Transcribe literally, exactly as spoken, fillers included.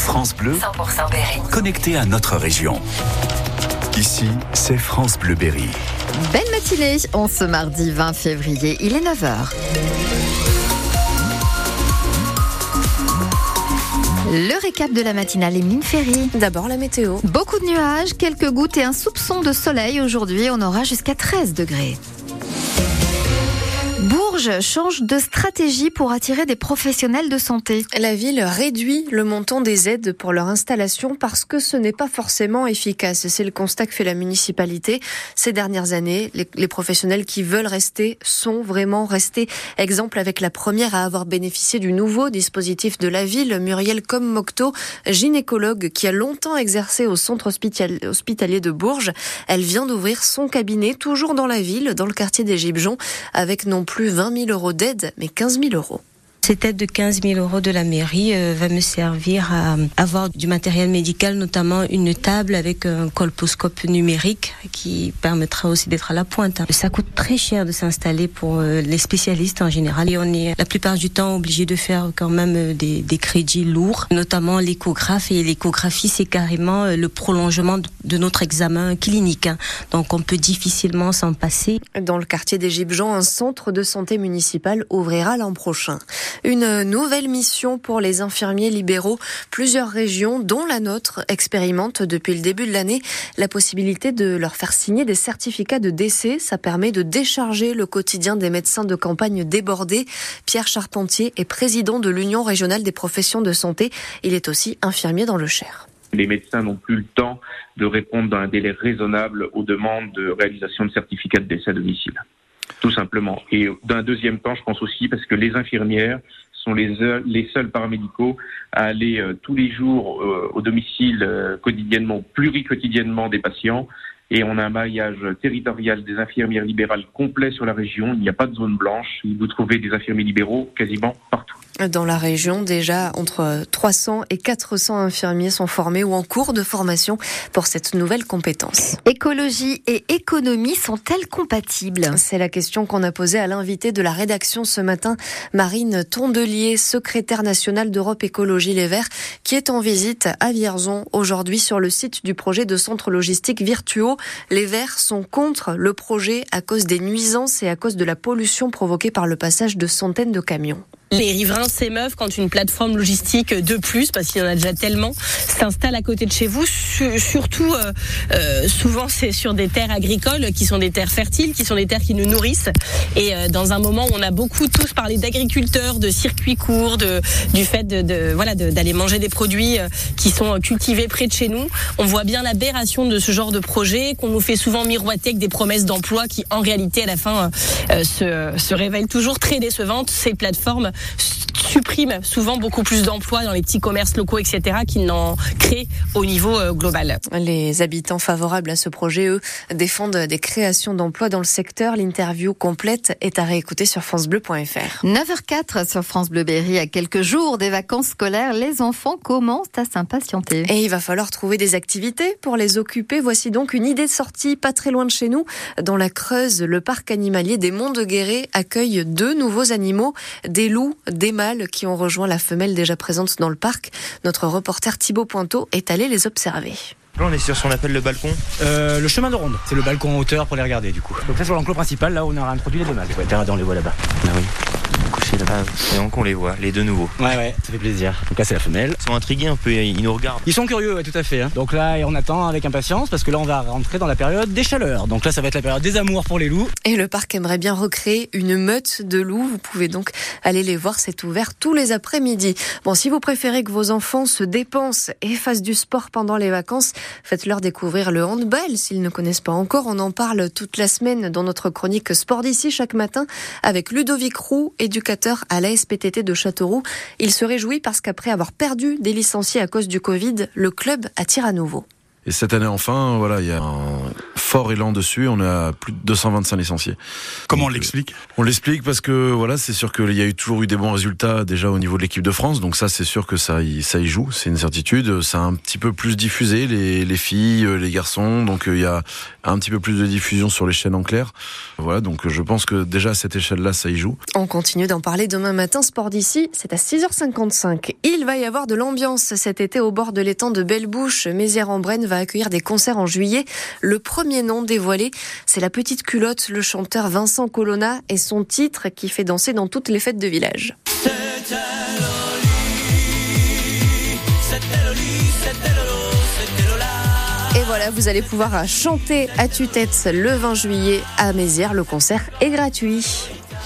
France Bleu, cent pour cent Berry. Connecté à notre région. Ici, c'est France Bleu Berry. Belle matinée, en ce mardi vingt février, il est neuf heures. Le récap de la matinale est Mine Ferry. D'abord la météo. Beaucoup de nuages, quelques gouttes et un soupçon de soleil. Aujourd'hui, on aura jusqu'à treize degrés. Bourges change de stratégie pour attirer des professionnels de santé. La ville réduit le montant des aides pour leur installation parce que ce n'est pas forcément efficace. C'est le constat que fait la municipalité. Ces dernières années, les, les professionnels qui veulent rester sont vraiment restés. Exemple avec la première à avoir bénéficié du nouveau dispositif de la ville, Muriel Commocto, gynécologue qui a longtemps exercé au centre hospitalier, hospitalier de Bourges. Elle vient d'ouvrir son cabinet toujours dans la ville, dans le quartier des Gibjons, avec non plus vingt mille euros d'aide, mais quinze mille euros. Cette aide de quinze mille euros de la mairie euh, va me servir à avoir du matériel médical, notamment une table avec un colposcope numérique qui permettra aussi d'être à la pointe. Ça coûte très cher de s'installer pour euh, les spécialistes en général et on est la plupart du temps obligé de faire quand même des, des crédits lourds, notamment l'échographe. Et l'échographie, c'est carrément le prolongement de notre examen clinique. Hein. Donc on peut difficilement s'en passer. Dans le quartier des Gibjons, un centre de santé municipal ouvrira l'an prochain. Une nouvelle mission pour les infirmiers libéraux. Plusieurs régions, dont la nôtre, expérimentent depuis le début de l'année la possibilité de leur faire signer des certificats de décès. Ça permet de décharger le quotidien des médecins de campagne débordés. Pierre Charpentier est président de l'Union régionale des professions de santé. Il est aussi infirmier dans le Cher. Les médecins n'ont plus le temps de répondre dans un délai raisonnable aux demandes de réalisation de certificats de décès à domicile. Tout simplement. Et d'un deuxième temps, je pense aussi parce que les infirmières sont les, les seuls paramédicaux à aller euh, tous les jours euh, au domicile euh, quotidiennement, pluriquotidiennement des patients. Et on a un maillage territorial des infirmières libérales complet sur la région. Il n'y a pas de zone blanche. Vous trouvez des infirmiers libéraux quasiment partout. Dans la région, déjà, entre trois cents et quatre cents infirmiers sont formés ou en cours de formation pour cette nouvelle compétence. Écologie et économie sont-elles compatibles ? C'est la question qu'on a posée à l'invité de la rédaction ce matin, Marine Tondelier, secrétaire nationale d'Europe Écologie Les Verts, qui est en visite à Vierzon aujourd'hui sur le site du projet de centre logistique Virtuo. Les Verts sont contre le projet à cause des nuisances et à cause de la pollution provoquée par le passage de centaines de camions. Les riverains s'émeuvent quand une plateforme logistique de plus, parce qu'il y en a déjà tellement, s'installe à côté de chez vous. Surtout, euh, euh, souvent, c'est sur des terres agricoles qui sont des terres fertiles, qui sont des terres qui nous nourrissent. Et euh, dans un moment où on a beaucoup tous parlé d'agriculteurs, de circuits courts, de, du fait de, de voilà de, d'aller manger des produits qui sont cultivés près de chez nous, on voit bien l'aberration de ce genre de projet qu'on nous fait souvent miroiter avec des promesses d'emploi qui, en réalité, à la fin, euh, se, se révèlent toujours très décevantes. Ces plateformes suppriment souvent beaucoup plus d'emplois dans les petits commerces locaux, et cetera, qu'ils n'en créent au niveau euh, global. Les habitants favorables à ce projet, eux, défendent des créations d'emplois dans le secteur. L'interview complète est à réécouter sur francebleu point fr. neuf heures quatre sur France Bleu Berry. À quelques jours des vacances scolaires, les enfants commencent à s'impatienter. Et il va falloir trouver des activités pour les occuper. Voici donc une idée de sortie pas très loin de chez nous. Dans la Creuse, le parc animalier des Monts de Guéret accueille deux nouveaux animaux, des loups, des mâles qui ont rejoint la femelle déjà présente dans le parc. Notre reporter Thibaut Pointeau est allé les observer. Là, on est sur ce qu'on appelle le balcon. Euh, le chemin de ronde, c'est le balcon en hauteur pour les regarder du coup. Donc ça sur l'enclos principal, là on aura introduit les deux mâles. Ouais, on les voit là-bas. Ah oui. Couché là-bas. Et donc on les voit, les deux nouveaux. Ouais ouais, ça fait plaisir. Donc là c'est la femelle. Ils sont intrigués un peu, ils nous regardent. Ils sont curieux, ouais, tout à fait. Hein. Donc là on attend avec impatience parce que là on va rentrer dans la période des chaleurs. Donc là ça va être la période des amours pour les loups. Et le parc aimerait bien recréer une meute de loups. Vous pouvez donc aller les voir, c'est ouvert tous les après-midi. Bon, si vous préférez que vos enfants se dépensent et fassent du sport pendant les vacances, faites-leur découvrir le handball s'ils ne connaissent pas encore. On en parle toute la semaine dans notre chronique Sport d'ici chaque matin avec Ludovic Roux, éducateur à l'A S P T T de Châteauroux. Il se réjouit parce qu'après avoir perdu des licenciés à cause du Covid, le club attire à nouveau. Et cette année, enfin, voilà, il y a un fort élan dessus. On est à plus de deux cent vingt-cinq licenciés. Comment donc, on l'explique ? On l'explique parce que voilà, c'est sûr qu'il y a eu toujours eu des bons résultats déjà au niveau de l'équipe de France. Donc ça, c'est sûr que ça y, ça y joue. C'est une certitude. Ça a un petit peu plus diffusé les, les filles, les garçons. Donc il y a un petit peu plus de diffusion sur les chaînes en clair. Voilà. Donc je pense que déjà à cette échelle-là, ça y joue. On continue d'en parler demain matin. Sport d'ici, c'est à six heures cinquante-cinq. Il va y avoir de l'ambiance cet été au bord de l'étang de Belle-Bouche. Mézières-en-Brenne va accueillir des concerts en juillet. Le premier nom dévoilé, c'est La Petite Culotte, le chanteur Vincent Colonna et son titre qui fait danser dans toutes les fêtes de village. Et voilà, vous allez pouvoir chanter à tue-tête le vingt juillet à Mézières. Le concert est gratuit.